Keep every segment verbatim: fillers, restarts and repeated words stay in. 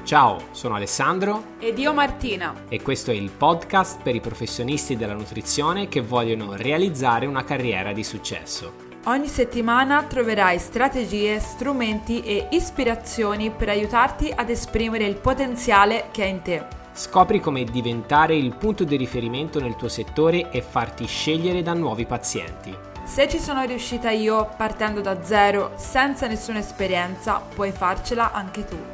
Ciao, sono Alessandro ed io Martina e questo è il podcast per i professionisti della nutrizione che vogliono realizzare una carriera di successo. Ogni settimana troverai strategie, strumenti e ispirazioni per aiutarti ad esprimere il potenziale che è in te. Scopri come diventare il punto di riferimento nel tuo settore e farti scegliere da nuovi pazienti. Se ci sono riuscita io partendo da zero, senza nessuna esperienza, puoi farcela anche tu.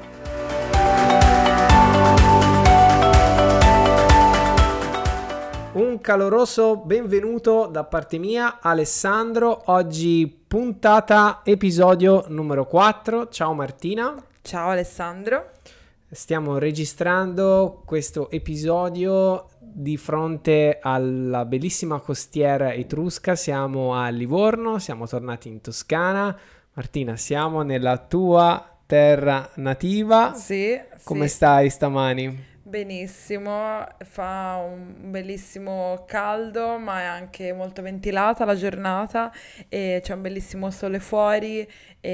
Un caloroso benvenuto da parte mia, Alessandro. Oggi puntata episodio numero quattro. Ciao Martina. Ciao Alessandro. Stiamo registrando questo episodio di fronte alla bellissima costiera etrusca. Siamo a Livorno, siamo tornati in Toscana. Martina, siamo nella tua terra nativa. Sì. Come sì. stai stamani? Benissimo, fa un bellissimo caldo, ma è anche molto ventilata la giornata e c'è un bellissimo sole fuori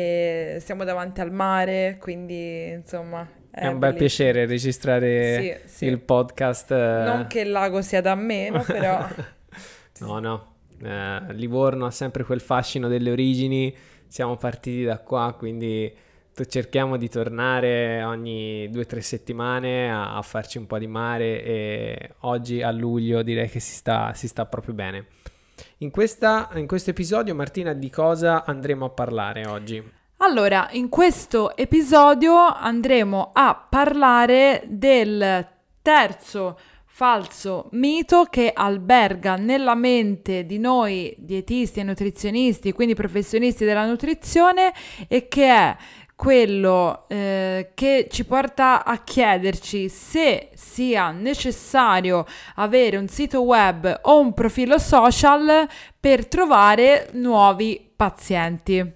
e siamo davanti al mare, quindi insomma è, è un bel piacere registrare sì, sì. il podcast. Non che il lago sia da meno, però no, no, eh, Livorno ha sempre quel fascino delle origini, siamo partiti da qua, quindi cerchiamo di tornare ogni due o tre settimane a, a farci un po' di mare e oggi a luglio direi che si sta, si sta proprio bene. In, questa, in questo episodio, Martina, di cosa andremo a parlare oggi? Allora, in questo episodio andremo a parlare del terzo falso mito che alberga nella mente di noi dietisti e nutrizionisti, quindi professionisti della nutrizione, e che è quello eh, che ci porta a chiederci se sia necessario avere un sito web o un profilo social per trovare nuovi pazienti.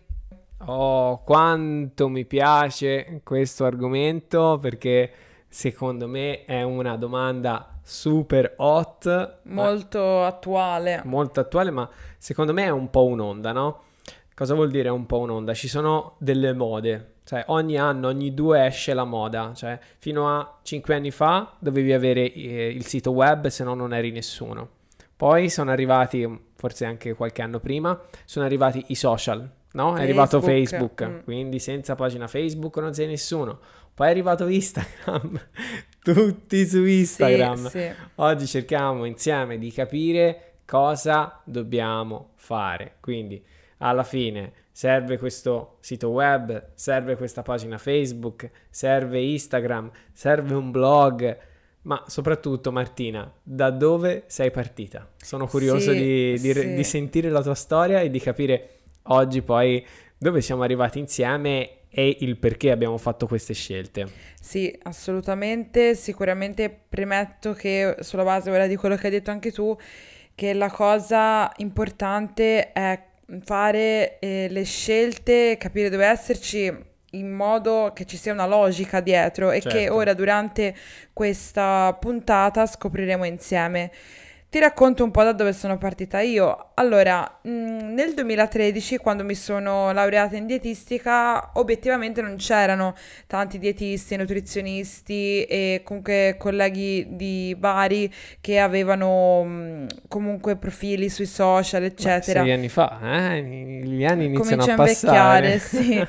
Oh, quanto mi piace questo argomento, perché secondo me è una domanda super hot, molto attuale. Molto attuale, ma secondo me è un po' un'onda, no? Cosa vuol dire un po' un'onda? Ci sono delle mode, cioè ogni anno, ogni due esce la moda, cioè fino a cinque anni fa dovevi avere eh, il sito web, se no non eri nessuno. Poi sono arrivati, forse anche qualche anno prima, sono arrivati i social, no? Facebook. È arrivato Facebook, mm. quindi senza pagina Facebook non sei nessuno. Poi è arrivato Instagram, tutti su Instagram. Sì, sì. Oggi cerchiamo insieme di capire cosa dobbiamo fare, quindi alla fine serve questo sito web, serve questa pagina Facebook, serve Instagram, serve un blog, ma soprattutto, Martina, da dove sei partita? Sono curioso sì, di, di, sì. di sentire la tua storia e di capire oggi poi dove siamo arrivati insieme e il perché abbiamo fatto queste scelte. Sì, assolutamente. Sicuramente premetto che sulla base ora di quello che hai detto anche tu, che la cosa importante è fare eh, le scelte, capire dove esserci in modo che ci sia una logica dietro e certo. che ora durante questa puntata scopriremo insieme. Ti racconto un po' da dove sono partita io. Allora, mh, nel duemilatredici, quando mi sono laureata in dietistica, obiettivamente non c'erano tanti dietisti, nutrizionisti e comunque colleghi di vari che avevano mh, comunque profili sui social, eccetera. Ma sei anni fa, eh? Gli anni iniziano Comincia a passare. sì.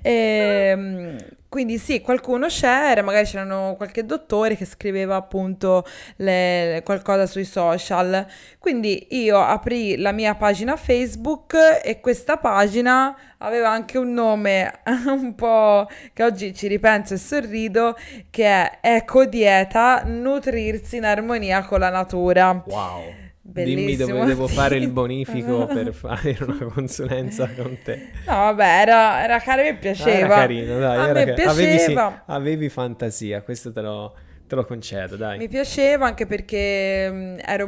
e, mh, Quindi sì, qualcuno c'era, magari c'erano qualche dottore che scriveva appunto le, qualcosa sui social. Quindi io aprì la mia pagina Facebook e questa pagina aveva anche un nome un po' che oggi ci ripenso e sorrido, che è Eco Dieta, nutrirsi in armonia con la natura. Wow! Bellissimo. Dimmi dove devo fare il bonifico per fare una consulenza con te. No, vabbè, era, era caro e piaceva. Era carino, dai. A Era me car- piaceva. Avevi, sì, avevi fantasia, questo te lo, te lo concedo, dai. Mi piaceva anche perché mh, ero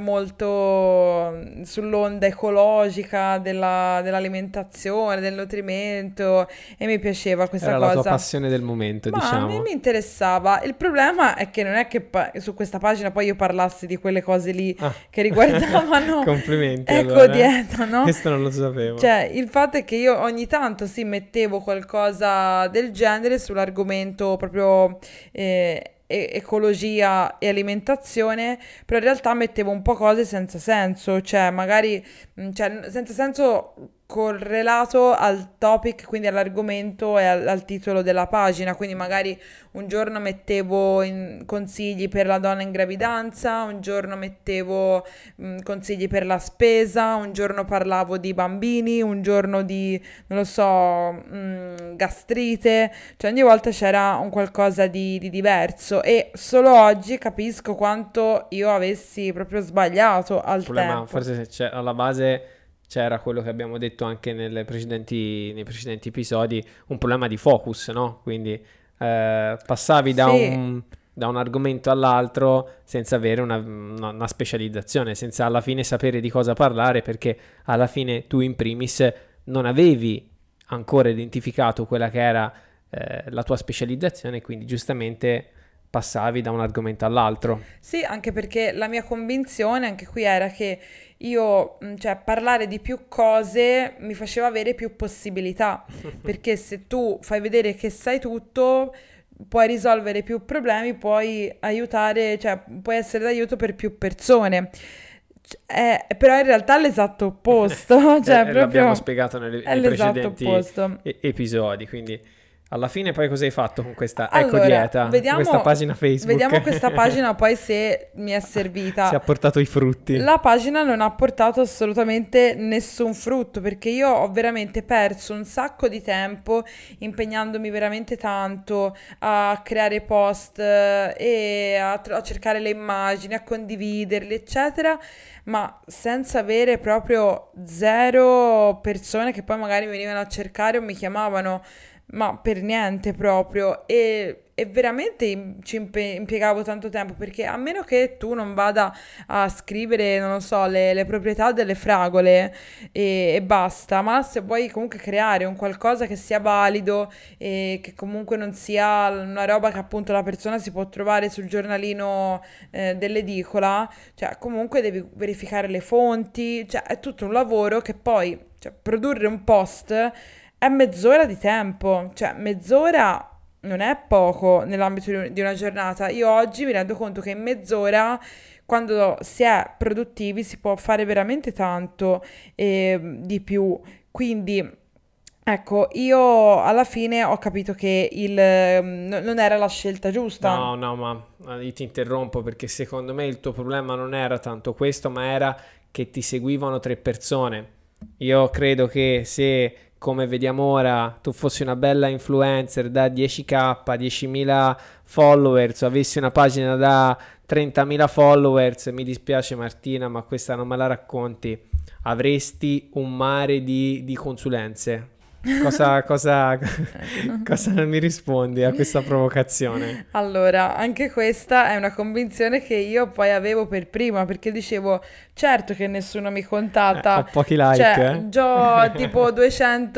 molto mh, sull'onda ecologica della- dell'alimentazione, del nutrimento e mi piaceva questa Era cosa. la tua passione del momento, Ma a me diciamo. mi interessava. Il problema è che non è che pa- su questa pagina poi io parlassi di quelle cose lì Ah. che riguardavano Complimenti ecco allora, eh. dieta, no? Questo non lo sapevo. Cioè, il fatto è che io ogni tanto sì mettevo qualcosa del genere sull'argomento proprio eh, e- ecologia e alimentazione, però in realtà mettevo un po' cose senza senso, cioè magari mh, cioè, senza senso correlato al topic, quindi all'argomento e al, al titolo della pagina, quindi magari un giorno mettevo in consigli per la donna in gravidanza, un giorno mettevo mh, consigli per la spesa, un giorno parlavo di bambini, un giorno di, non lo so, mh, gastrite, cioè ogni volta c'era un qualcosa di, di diverso e solo oggi capisco quanto io avessi proprio sbagliato al Il problema, tempo. forse se c'è alla base c'era quello che abbiamo detto anche nelle precedenti, nei precedenti episodi, un problema di focus, no? Quindi eh, passavi da Sì. un, da un argomento all'altro senza avere una, una- una specializzazione, senza alla fine sapere di cosa parlare, perché alla fine tu in primis non avevi ancora identificato quella che era eh, la tua specializzazione, quindi giustamente passavi da un argomento all'altro. Sì, anche perché la mia convinzione anche qui era che io, mh, cioè, parlare di più cose mi faceva avere più possibilità, perché se tu fai vedere che sai tutto, puoi risolvere più problemi, puoi aiutare, cioè, puoi essere d'aiuto per più persone. C- è- però in realtà è l'esatto opposto, cioè, Eh, l'abbiamo proprio spiegato nelle- è nei l'esatto precedenti opposto. e- episodi, quindi alla fine poi cosa hai fatto con questa Allora, ecodieta, vediamo, questa pagina Facebook? vediamo questa pagina poi se mi è Si è servita. portato i frutti. La pagina non ha portato assolutamente nessun frutto perché io ho veramente perso un sacco di tempo impegnandomi veramente tanto a creare post eh, e a, tr- a cercare le immagini, a condividerli, eccetera, ma senza avere proprio zero persone che poi magari mi venivano a cercare o mi chiamavano, ma per niente proprio. E, e veramente im- ci impe- impiegavo tanto tempo perché a meno che tu non vada a scrivere, non lo so, le, le proprietà delle fragole e, e basta, ma se vuoi comunque creare un qualcosa che sia valido e che comunque non sia una roba che appunto la persona si può trovare sul giornalino eh, dell'edicola, cioè comunque devi verificare le fonti, cioè è tutto un lavoro che poi, cioè, produrre un post è mezz'ora di tempo, cioè mezz'ora non è poco nell'ambito di un- di una giornata. Io oggi mi rendo conto che in mezz'ora, quando si è produttivi, si può fare veramente tanto e di più. Quindi, ecco, io alla fine ho capito che il, ehm, no- non era la scelta giusta. No, no, ma io ti interrompo perché secondo me il tuo problema non era tanto questo, ma era che ti seguivano tre persone. Io credo che se, come vediamo ora, tu fossi una bella influencer da dieci k, diecimila followers, o avessi una pagina da trentamila followers, mi dispiace Martina, ma questa non me la racconti, avresti un mare di, di consulenze. Cosa, cosa, cosa mi rispondi a questa provocazione? Allora, anche questa è una convinzione che io poi avevo per prima, perché dicevo, certo che nessuno mi Eh, contatta, ho pochi like, cioè, eh? già tipo duecento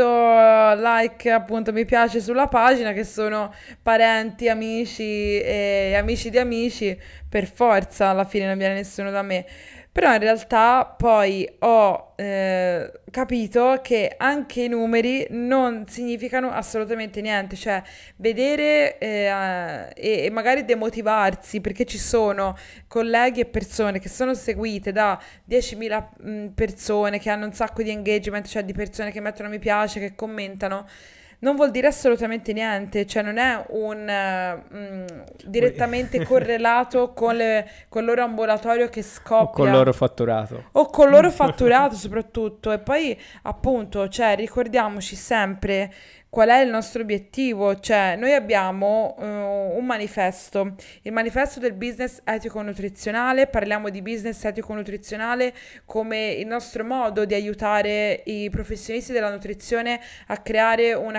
like, appunto, mi piace sulla pagina, che sono parenti, amici e amici di amici, per forza alla fine non viene nessuno da me. Però in realtà poi ho eh, capito che anche i numeri non significano assolutamente niente, cioè vedere eh, e, e magari demotivarsi perché ci sono colleghi e persone che sono seguite da diecimila mh, persone che hanno un sacco di engagement, cioè di persone che mettono mi piace, che commentano. Non vuol dire assolutamente niente, cioè non è un eh, mh, direttamente correlato con, le- con il loro ambulatorio che O con il scoppia loro fatturato. o con il loro fatturato soprattutto. E poi appunto, cioè, ricordiamoci sempre qual è il nostro obiettivo, cioè noi abbiamo eh, un manifesto, il manifesto del business etico-nutrizionale, parliamo di business etico-nutrizionale come il nostro modo di aiutare i professionisti della nutrizione a creare una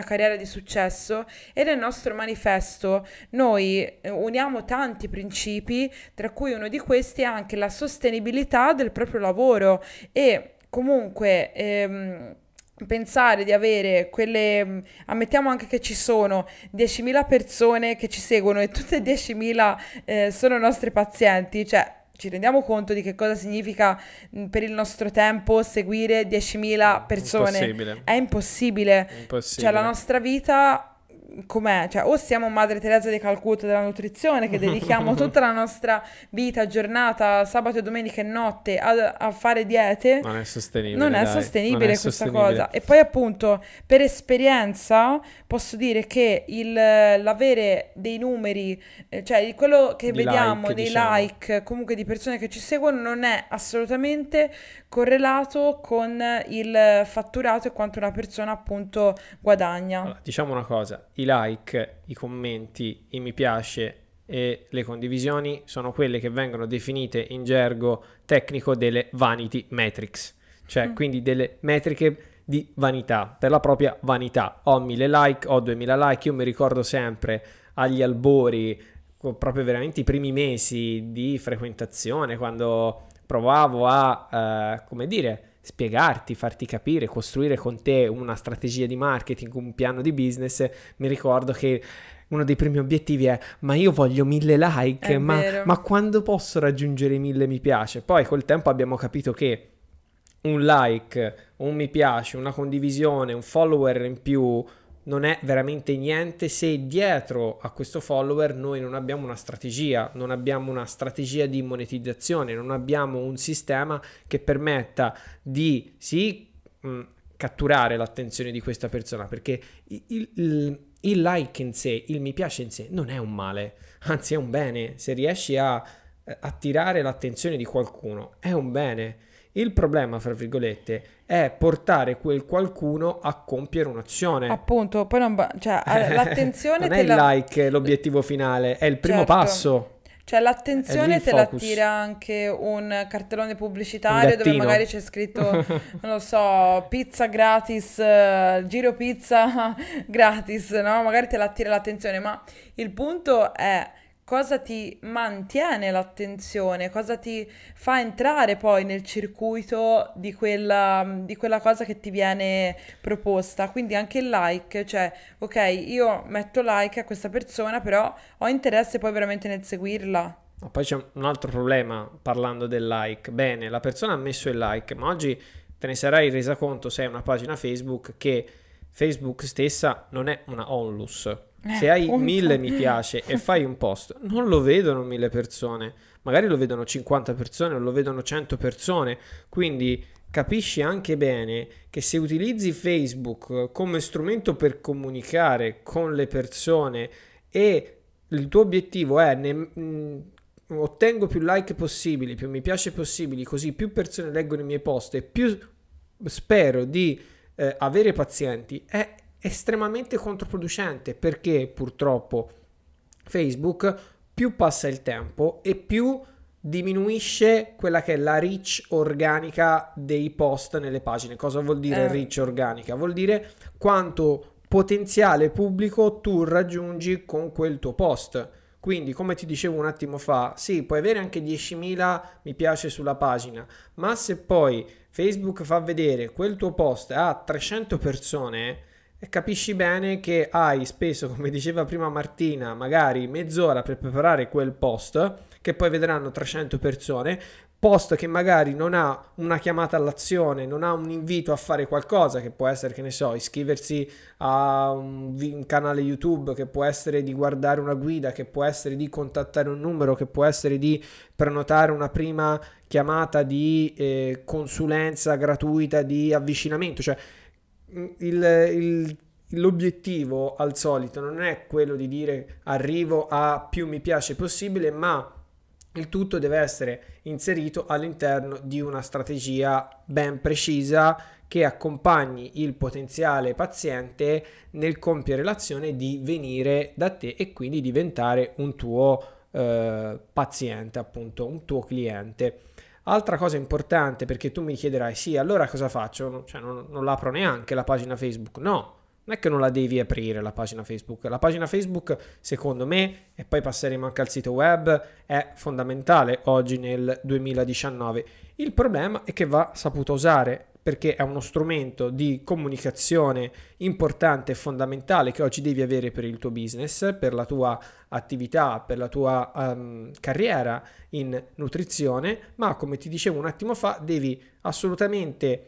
carriera di successo, e nel nostro manifesto noi eh, uniamo tanti principi, tra cui uno di questi è anche la sostenibilità del proprio lavoro e comunque ehm, pensare di avere quelle, ammettiamo anche che ci sono diecimila persone che ci seguono e tutte diecimila eh, sono nostri pazienti, cioè ci rendiamo conto di che cosa significa mh, per il nostro tempo seguire diecimila persone? Impossibile. È impossibile. Impossibile. Cioè la nostra vita com'è? Cioè o siamo Madre Teresa di Calcutta della nutrizione, che dedichiamo tutta la nostra vita, giornata, sabato e domenica e notte a, a fare diete. Non è sostenibile. Non è dai. sostenibile Non è questa sostenibile. cosa. E poi appunto per esperienza posso dire che il, l'avere dei numeri, eh, cioè quello che Di vediamo like, dei diciamo. like comunque di persone che ci seguono non è assolutamente correlato con il fatturato e quanto una persona appunto guadagna. Allora, diciamo una cosa, i like, i commenti, i mi piace e le condivisioni sono quelle che vengono definite in gergo tecnico delle vanity metrics, cioè Mm. quindi delle metriche di vanità, per la propria vanità. Ho mille like, ho duemila like, io mi ricordo sempre agli albori, co- proprio veramente i primi mesi di frequentazione, quando provavo a, eh, come dire, spiegarti, farti capire, costruire con te una strategia di marketing, un piano di business, mi ricordo che uno dei primi obiettivi è: ma io voglio mille like, È ma, vero. ma quando posso raggiungere mille mi piace? Poi col tempo abbiamo capito che un like, un mi piace, una condivisione, un follower in più non è veramente niente se dietro a questo follower noi non abbiamo una strategia, non abbiamo una strategia di monetizzazione, non abbiamo un sistema che permetta di sì mh, catturare l'attenzione di questa persona, perché il, il, il like in sé, il mi piace in sé non è un male, anzi è un bene. Se riesci a eh, attirare l'attenzione di qualcuno è un bene. Il problema, fra virgolette, è portare quel qualcuno a compiere un'azione. Appunto, poi non ba- cioè a- l'attenzione non te è il la... like l'obiettivo finale, è il primo Certo. passo. Cioè È l'attenzione lì il te la focus. tira anche un cartellone Un pubblicitario dove gattino. magari c'è scritto, non lo so, pizza gratis, eh, giro pizza gratis, no? Magari te la attira l'attenzione, ma il punto è cosa ti mantiene l'attenzione, cosa ti fa entrare poi nel circuito di quella, di quella cosa che ti viene proposta. Quindi anche il like, cioè, ok, io metto like a questa persona, però ho interesse poi veramente nel seguirla. Ma poi c'è un altro problema parlando del like. Bene, la persona ha messo il like, ma oggi te ne sarai resa conto se hai una pagina Facebook che Facebook stessa non è una onlus. Se hai appunto. mille mi piace e fai un post, non lo vedono mille persone, magari lo vedono cinquanta persone o lo vedono cento persone, quindi capisci anche bene che se utilizzi Facebook come strumento per comunicare con le persone e il tuo obiettivo è ne, mh, ottengo più like possibili, più mi piace possibili, così più persone leggono i miei post e più spero di eh, avere pazienti, è estremamente controproducente, perché purtroppo Facebook più passa il tempo e più diminuisce quella che è la reach organica dei post nelle pagine. Cosa vuol dire Eh. reach organica? Vuol dire quanto potenziale pubblico tu raggiungi con quel tuo post. Quindi, come ti dicevo un attimo fa, sì, puoi avere anche diecimila mi piace sulla pagina, ma se poi Facebook fa vedere quel tuo post a trecento persone, e capisci bene che hai speso, come diceva prima Martina, magari mezz'ora per preparare quel post che poi vedranno trecento persone, post che magari non ha una chiamata all'azione, non ha un invito a fare qualcosa, che può essere, che ne so, iscriversi a un, vi- un canale YouTube, che può essere di guardare una guida, che può essere di contattare un numero, che può essere di prenotare una prima chiamata di eh, consulenza gratuita di avvicinamento, cioè il, il- l'obiettivo al solito non è quello di dire arrivo a più mi piace possibile, ma il tutto deve essere inserito all'interno di una strategia ben precisa che accompagni il potenziale paziente nel compiere l'azione di venire da te e quindi diventare un tuo eh, paziente, appunto un tuo cliente. Altra cosa importante, perché tu mi chiederai, sì, allora cosa faccio? Cioè, non, non l'apro neanche la pagina Facebook. No, non è che non la devi aprire la pagina Facebook. La pagina Facebook, secondo me, e poi passeremo anche al sito web, è fondamentale oggi nel duemiladiciannove. Il problema è che va saputa usare, perché è uno strumento di comunicazione importante e fondamentale che oggi devi avere per il tuo business, per la tua attività, per la tua um, carriera in nutrizione, ma come ti dicevo un attimo fa, devi assolutamente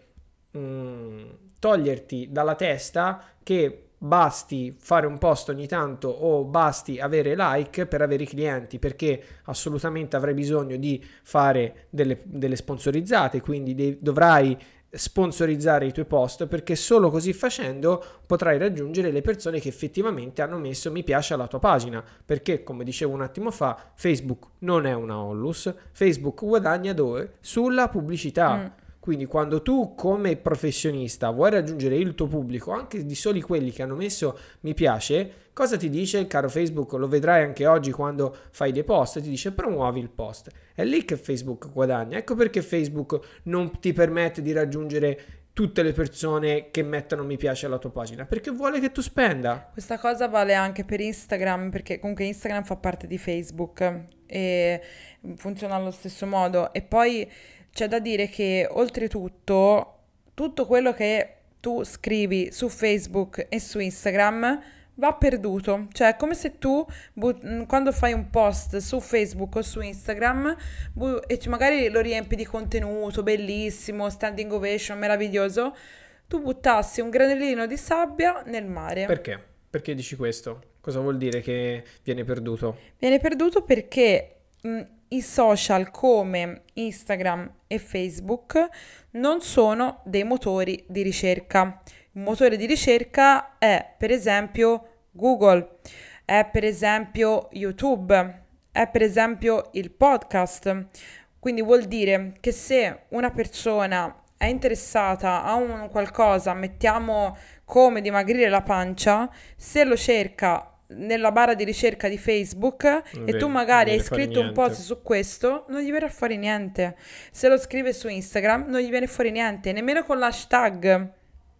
um, toglierti dalla testa che basti fare un post ogni tanto o basti avere like per avere i clienti, perché assolutamente avrai bisogno di fare delle, delle sponsorizzate, quindi de- dovrai sponsorizzare i tuoi post, perché solo così facendo potrai raggiungere le persone che effettivamente hanno messo mi piace alla tua pagina, perché come dicevo un attimo fa, Facebook non è una onlus, Facebook guadagna dove? Sulla pubblicità. Mm. Quindi quando tu come professionista vuoi raggiungere il tuo pubblico, anche di soli quelli che hanno messo mi piace, cosa ti dice, caro Facebook? Lo vedrai anche oggi quando fai dei post, ti dice promuovi il post. È lì che Facebook guadagna. Ecco perché Facebook non ti permette di raggiungere tutte le persone che mettono mi piace alla tua pagina, perché vuole che tu spenda. Questa cosa vale anche per Instagram, perché comunque Instagram fa parte di Facebook e funziona allo stesso modo. E poi c'è da dire che oltretutto tutto quello che tu scrivi su Facebook e su Instagram va perduto, cioè è come se tu but- quando fai un post su Facebook o su Instagram bu- e magari lo riempi di contenuto bellissimo, standing ovation, meraviglioso, tu buttassi un granellino di sabbia nel mare. Perché? Perché dici questo? Cosa vuol dire che viene perduto? Viene perduto perché mh, i social come Instagram e Facebook non sono dei motori di ricerca. Un motore di ricerca è per esempio Google, è per esempio YouTube, è per esempio il podcast. Quindi vuol dire che se una persona è interessata a un qualcosa, mettiamo come dimagrire la pancia, se lo cerca nella barra di ricerca di Facebook e tu magari hai scritto un post su questo, non gli verrà fuori niente. Se lo scrive su Instagram non gli viene fuori niente, nemmeno con l'hashtag.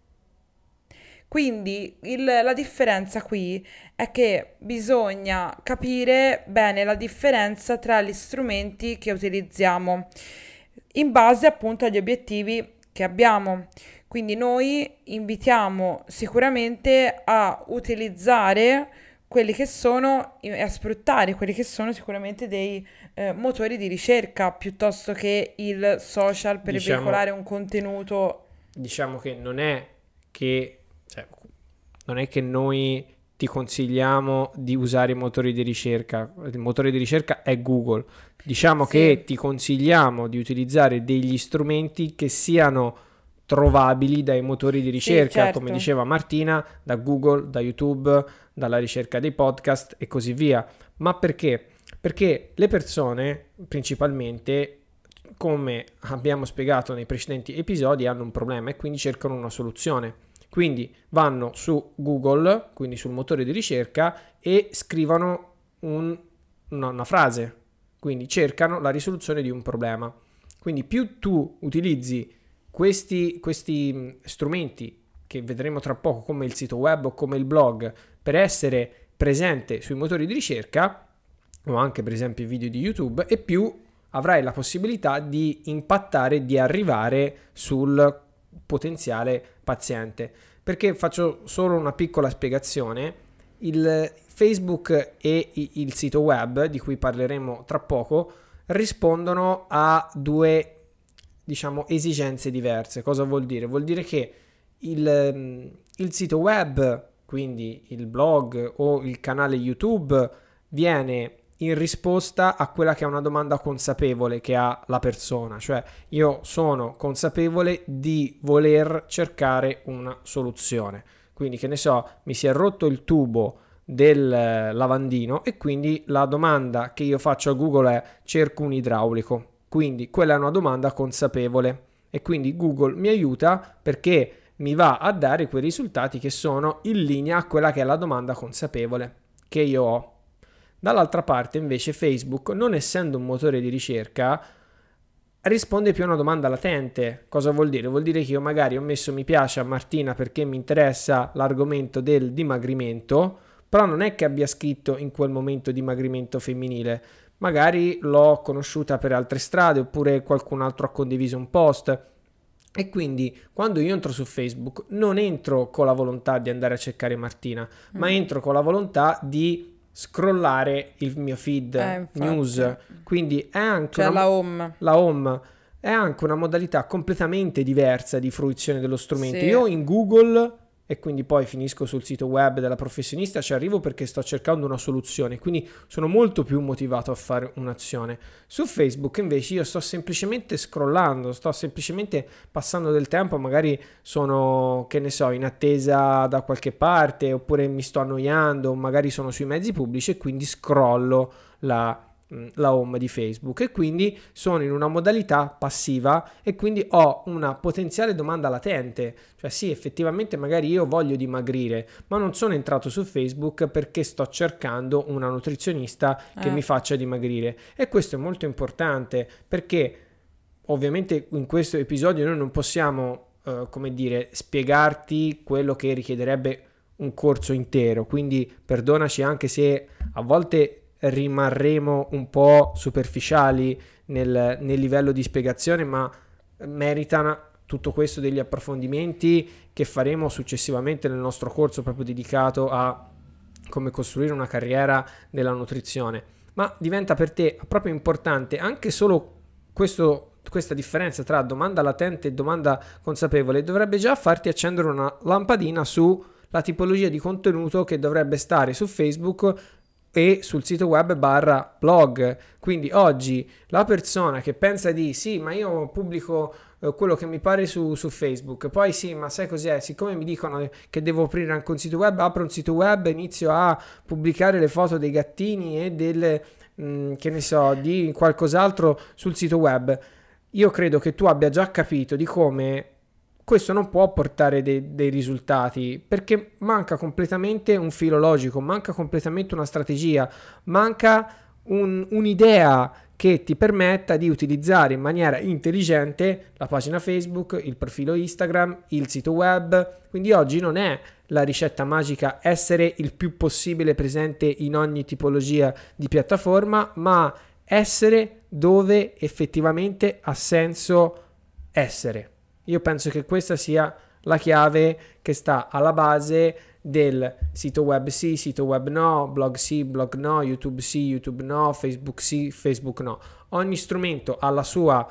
Quindi il, la differenza qui è che bisogna capire bene la differenza tra gli strumenti che utilizziamo in base appunto agli obiettivi che abbiamo. Quindi noi invitiamo sicuramente a utilizzare quelli che sono e a sfruttare quelli che sono sicuramente dei eh, motori di ricerca piuttosto che il social per diciamo, veicolare un contenuto. Diciamo che non è che cioè, non è che noi ti consigliamo di usare i motori di ricerca. Il motore di ricerca è Google. Diciamo sì. che ti consigliamo di utilizzare degli strumenti che siano trovabili dai motori di ricerca, sì, certo. come diceva Martina, da Google, da YouTube, dalla ricerca dei podcast e così via. Ma perché? Perché le persone, principalmente, come abbiamo spiegato nei precedenti episodi, hanno un problema e quindi cercano una soluzione. Quindi vanno su Google, quindi sul motore di ricerca, e scrivono un, una, una frase. Quindi cercano la risoluzione di un problema. Quindi più tu utilizzi questi, questi strumenti che vedremo tra poco come il sito web o come il blog per essere presente sui motori di ricerca o anche per esempio i video di YouTube, e più avrai la possibilità di impattare, di arrivare sul potenziale paziente. Perché faccio solo una piccola spiegazione: il Facebook e il sito web, di cui parleremo tra poco, rispondono a due diciamo esigenze diverse. Cosa vuol dire? Vuol dire che il, il sito web, quindi il blog o il canale YouTube, viene in risposta a quella che è una domanda consapevole che ha la persona, cioè io sono consapevole di voler cercare una soluzione. Quindi, che ne so, mi si è rotto il tubo del lavandino e quindi la domanda che io faccio a Google è: cerco un idraulico. Quindi quella è una domanda consapevole e quindi Google mi aiuta perché mi va a dare quei risultati che sono in linea a quella che è la domanda consapevole che io ho. Dall'altra parte invece Facebook, non essendo un motore di ricerca, risponde più a una domanda latente. Cosa vuol dire? Vuol dire che io magari ho messo mi piace a Martina perché mi interessa l'argomento del dimagrimento, però non è che abbia scritto in quel momento dimagrimento femminile, magari l'ho conosciuta per altre strade oppure qualcun altro ha condiviso un post. E quindi quando io entro su Facebook non entro con la volontà di andare a cercare Martina, mm. ma entro con la volontà di scrollare il mio feed eh, news. Quindi è anche cioè una, la home. la home è anche una modalità completamente diversa di fruizione dello strumento. Sì. Io in Google, e quindi poi finisco sul sito web della professionista, ci arrivo perché sto cercando una soluzione, quindi sono molto più motivato a fare un'azione. Su Facebook invece io sto semplicemente scrollando, sto semplicemente passando del tempo, magari sono, che ne so, in attesa da qualche parte, oppure mi sto annoiando, magari sono sui mezzi pubblici e quindi scrollo la la home di Facebook, e quindi sono in una modalità passiva e quindi ho una potenziale domanda latente, cioè sì, effettivamente magari io voglio dimagrire, ma non sono entrato su Facebook perché sto cercando una nutrizionista che eh. mi faccia dimagrire. E questo è molto importante, perché ovviamente in questo episodio noi non possiamo uh, come dire spiegarti quello che richiederebbe un corso intero, quindi perdonaci anche se a volte rimarremo un po' superficiali nel, nel livello di spiegazione, ma meritano tutto questo degli approfondimenti che faremo successivamente nel nostro corso proprio dedicato a come costruire una carriera nella nutrizione. Ma diventa per te proprio importante anche solo questo, questa differenza tra domanda latente e domanda consapevole dovrebbe già farti accendere una lampadina sulla tipologia di contenuto che dovrebbe stare su Facebook e sul sito web barra blog. Quindi oggi la persona che pensa di sì, ma io pubblico eh, quello che mi pare su, su Facebook, poi sì, ma sai cos'è, siccome mi dicono che devo aprire anche un sito web, apro un sito web, inizio a pubblicare le foto dei gattini e del mh, che ne so, di qualcos'altro sul sito web. Io credo che tu abbia già capito di come questo non può portare dei, dei risultati, perché manca completamente un filo logico, manca completamente una strategia, manca un, un'idea che ti permetta di utilizzare in maniera intelligente la pagina Facebook, il profilo Instagram, il sito web. Quindi oggi non è la ricetta magica essere il più possibile presente in ogni tipologia di piattaforma, ma essere dove effettivamente ha senso essere. Io penso che questa sia la chiave che sta alla base del sito web sì, sito web no, blog sì, blog no, YouTube sì, YouTube no, Facebook sì, Facebook no. Ogni strumento ha la sua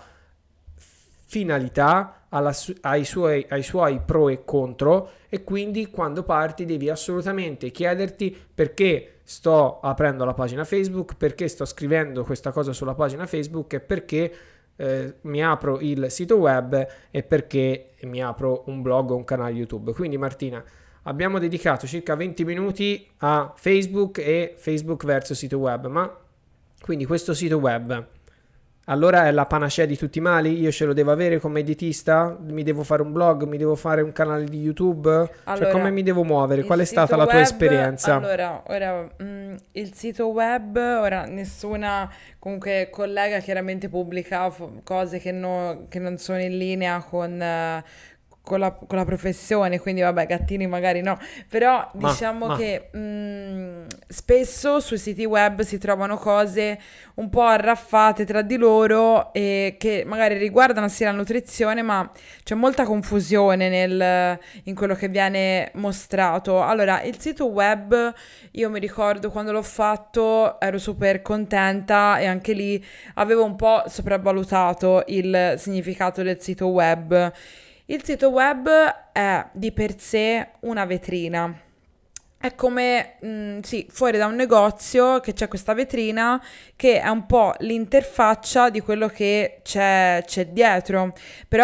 finalità, ha, la su- ha, i suoi, ha i suoi pro e contro, e quindi quando parti devi assolutamente chiederti perché sto aprendo la pagina Facebook, perché sto scrivendo questa cosa sulla pagina Facebook e perché Eh, mi apro il sito web e perché mi apro un blog o un canale YouTube. Quindi Martina, abbiamo dedicato circa venti minuti a Facebook e Facebook versus sito web, ma quindi questo sito web allora è la panacea di tutti i mali? Io ce lo devo avere come dietista? Mi devo fare un blog? Mi devo fare un canale di YouTube? Allora, cioè come mi devo muovere? Qual è stata la tua web, esperienza? Allora, ora mh, il sito web, ora nessuna comunque collega chiaramente pubblica f- cose che, no, che non sono in linea con... Uh, Con la, con la professione, quindi vabbè, gattini magari no, però ma, diciamo ma. che mh, spesso sui siti web si trovano cose un po' arraffate tra di loro e che magari riguardano sia la nutrizione, ma c'è molta confusione nel, in quello che viene mostrato. Allora, il sito web, io mi ricordo quando l'ho fatto ero super contenta e anche lì avevo un po' sopravvalutato il significato del sito web. Il sito web è di per sé una vetrina, è come, mh, sì, fuori da un negozio che c'è questa vetrina che è un po' l'interfaccia di quello che c'è, c'è dietro, però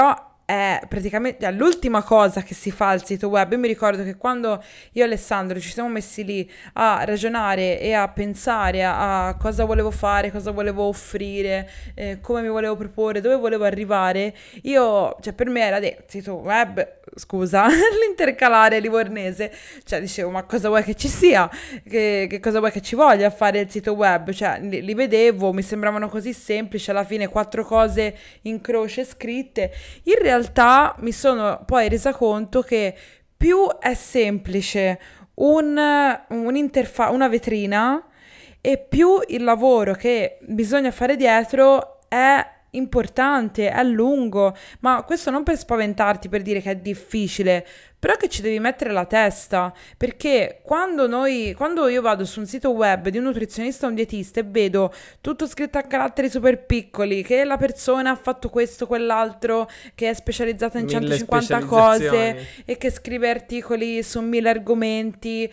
è praticamente è l'ultima cosa che si fa al sito web. Io mi ricordo che quando io e Alessandro ci siamo messi lì a ragionare e a pensare a, a cosa volevo fare, cosa volevo offrire, eh, come mi volevo proporre, dove volevo arrivare, io, cioè per me era del sito web, scusa, l'intercalare livornese, cioè dicevo ma cosa vuoi che ci sia, che, che cosa vuoi che ci voglia a fare il sito web, cioè li, li vedevo, mi sembravano così semplici, alla fine quattro cose in croce scritte. In realtà mi sono poi resa conto che più è semplice un, un'interfa- una vetrina e più il lavoro che bisogna fare dietro è importante, è lungo, ma questo non per spaventarti, per dire che è difficile, però che ci devi mettere la testa, perché quando noi, quando io vado su un sito web di un nutrizionista o un dietista e vedo tutto scritto a caratteri super piccoli, che la persona ha fatto questo, quell'altro, che è specializzata in Mille centocinquanta specializzazioni. cose e che scrive articoli su mille argomenti.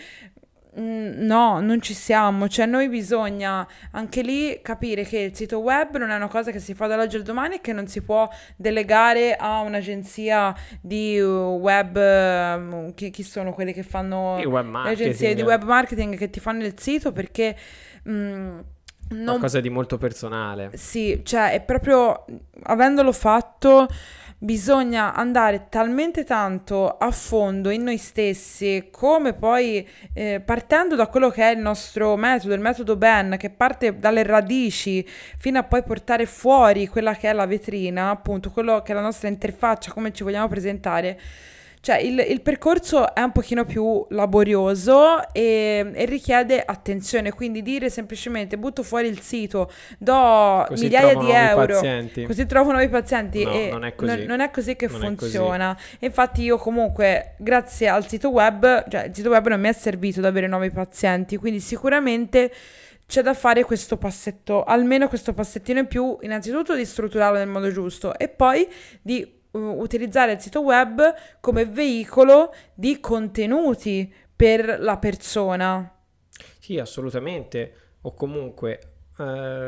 Mm, No, non ci siamo, cioè noi bisogna anche lì capire che il sito web non è una cosa che si fa dall'oggi al domani e che non si può delegare a un'agenzia di uh, web, um, chi, chi sono quelli che fanno Il web le agenzie di marketing, web marketing che ti fanno il sito, perché mm, non qualcosa di molto personale. sì, cioè è proprio, avendolo fatto, bisogna andare talmente tanto a fondo in noi stessi, come poi eh, partendo da quello che è il nostro metodo, il metodo B E N, che parte dalle radici fino a poi portare fuori quella che è la vetrina, appunto, quello che è la nostra interfaccia, come ci vogliamo presentare. Cioè il, il percorso è un pochino più laborioso e, e richiede attenzione, quindi dire semplicemente butto fuori il sito, do Così migliaia trovo di nuovi euro, pazienti. così trovo nuovi pazienti, No, e non è così. non, non è così che Non è così. funziona. E infatti io comunque, grazie al sito web, cioè il sito web non mi è servito ad avere nuovi pazienti, quindi sicuramente c'è da fare questo passetto, almeno questo passettino in più, innanzitutto di strutturarlo nel modo giusto e poi di uh, utilizzare il sito web come veicolo di contenuti per la persona. Sì, assolutamente. O comunque eh,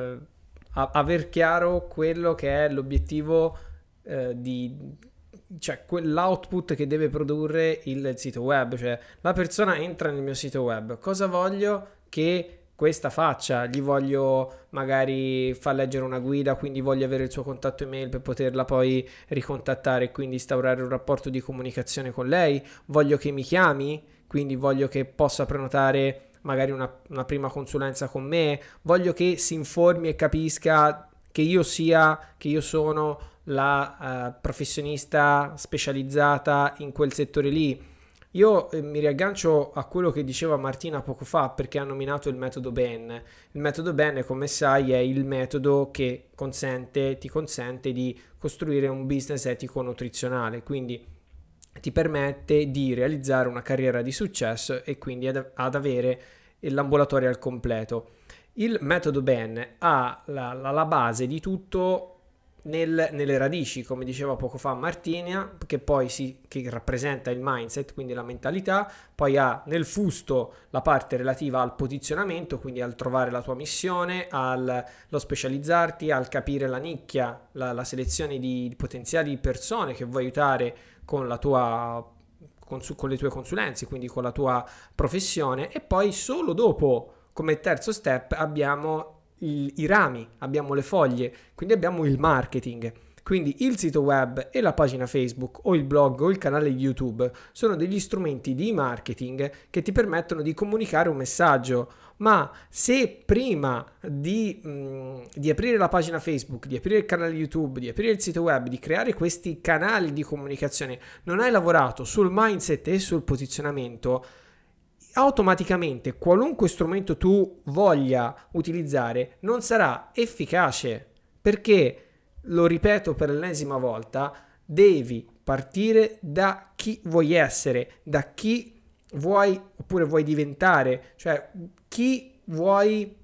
a- aver chiaro quello che è l'obiettivo eh, di, cioè quell'output che deve produrre il sito web. Cioè la persona entra nel mio sito web, cosa voglio che questa faccia? Gli voglio magari far leggere una guida, quindi voglio avere il suo contatto email per poterla poi ricontattare e quindi instaurare un rapporto di comunicazione con lei. Voglio che mi chiami, quindi voglio che possa prenotare magari una, una prima consulenza con me. Voglio che si informi e capisca che io sia, che io sono la uh, professionista specializzata in quel settore lì. Io eh, mi riaggancio a quello che diceva Martina poco fa, perché ha nominato il metodo B E N. Il metodo B E N, come sai, è il metodo che consente, ti consente di costruire un business etico nutrizionale, quindi ti permette di realizzare una carriera di successo e quindi ad, ad avere l'ambulatorio al completo. Il metodo B E N ha la, la, la base di tutto nel, nelle radici, come diceva poco fa Martina, che poi si, che rappresenta il mindset, quindi la mentalità, poi ha nel fusto la parte relativa al posizionamento, quindi al trovare la tua missione, al lo specializzarti, al capire la nicchia, la, la selezione di, di potenziali persone che vuoi aiutare con la tua con, con le tue consulenze, quindi con la tua professione, e poi solo dopo, come terzo step, abbiamo il, i rami, abbiamo le foglie, quindi abbiamo il marketing. Quindi il sito web e la pagina Facebook o il blog o il canale YouTube sono degli strumenti di marketing che ti permettono di comunicare un messaggio. Ma se prima di, mh, di aprire la pagina Facebook, di aprire il canale YouTube, di aprire il sito web, di creare questi canali di comunicazione, non hai lavorato sul mindset e sul posizionamento, automaticamente qualunque strumento tu voglia utilizzare non sarà efficace, perché, lo ripeto per l'ennesima volta, devi partire da chi vuoi essere, da chi vuoi oppure vuoi diventare, cioè chi vuoi,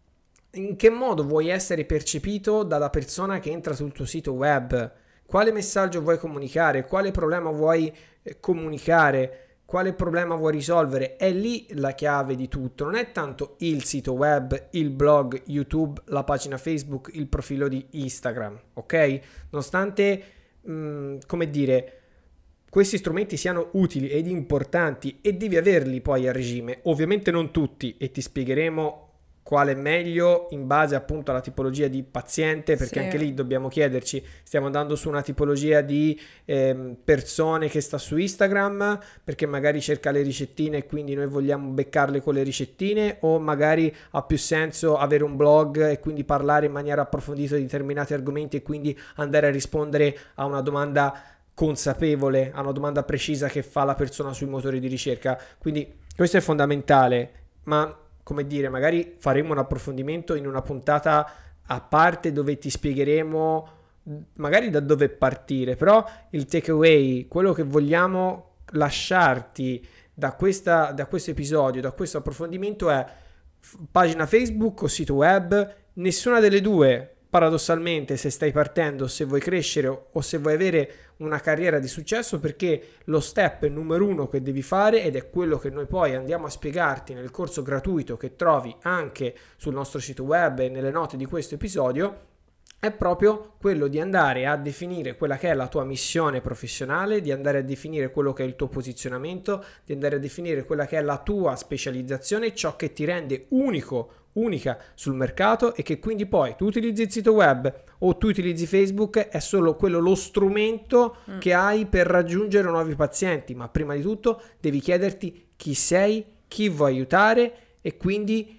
in che modo vuoi essere percepito dalla persona che entra sul tuo sito web, quale messaggio vuoi comunicare, quale problema vuoi eh, comunicare, quale problema vuoi risolvere. È lì la chiave di tutto, non è tanto il sito web, il blog, YouTube, la pagina Facebook, il profilo di Instagram, ok? Nonostante mh, come dire, questi strumenti siano utili ed importanti e devi averli poi a regime. Ovviamente non tutti, e ti spiegheremo quale è meglio in base appunto alla tipologia di paziente, perché Sì. anche lì dobbiamo chiederci, stiamo andando su una tipologia di ehm, persone che sta su Instagram perché magari cerca le ricettine e quindi noi vogliamo beccarle con le ricettine, o magari ha più senso avere un blog e quindi parlare in maniera approfondita di determinati argomenti e quindi andare a rispondere a una domanda consapevole, a una domanda precisa che fa la persona sui motori di ricerca. Quindi questo è fondamentale, ma come dire, magari faremo un approfondimento in una puntata a parte dove ti spiegheremo magari da dove partire, però il takeaway, quello che vogliamo lasciarti da, questa, da questo episodio, da questo approfondimento è f- pagina Facebook o sito web, nessuna delle due. Paradossalmente, se stai partendo, se vuoi crescere o se vuoi avere una carriera di successo, perché lo step numero uno che devi fare, ed è quello che noi poi andiamo a spiegarti nel corso gratuito che trovi anche sul nostro sito web e nelle note di questo episodio, è proprio quello di andare a definire quella che è la tua missione professionale, di andare a definire quello che è il tuo posizionamento, di andare a definire quella che è la tua specializzazione, ciò che ti rende unico unica sul mercato, e che quindi poi tu utilizzi il sito web o tu utilizzi Facebook, è solo quello lo strumento mm. che hai per raggiungere nuovi pazienti, ma prima di tutto devi chiederti chi sei, chi vuoi aiutare e quindi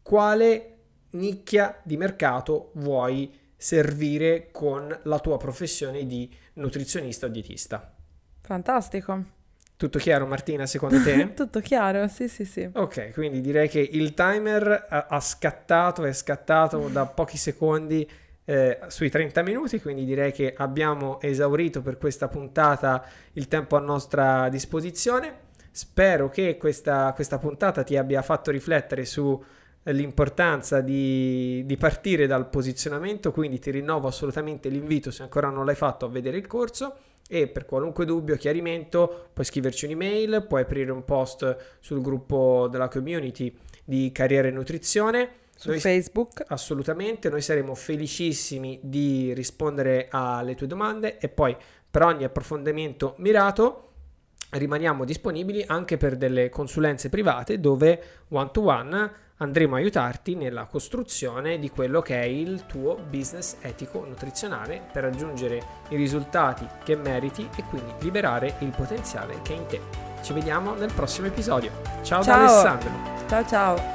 quale nicchia di mercato vuoi servire con la tua professione di nutrizionista o dietista. Fantastico. Tutto chiaro, Martina, secondo te? Tutto chiaro, sì, sì, sì. Ok, quindi direi che il timer ha, ha scattato, è scattato da pochi secondi eh, sui trenta minuti, quindi direi che abbiamo esaurito per questa puntata il tempo a nostra disposizione. Spero che questa, questa puntata ti abbia fatto riflettere sull'importanza di, di partire dal posizionamento, quindi ti rinnovo assolutamente l'invito, se ancora non l'hai fatto, a vedere il corso. E per qualunque dubbio o chiarimento puoi scriverci un'email, puoi aprire un post sul gruppo della community di Carriera e Nutrizione su noi, Facebook. Assolutamente, noi saremo felicissimi di rispondere alle tue domande, e poi per ogni approfondimento mirato rimaniamo disponibili anche per delle consulenze private dove one to one andremo a aiutarti nella costruzione di quello che è il tuo business etico nutrizionale per raggiungere i risultati che meriti e quindi liberare il potenziale che è in te. Ci vediamo nel prossimo episodio. Ciao, ciao. da Alessandro. Ciao ciao.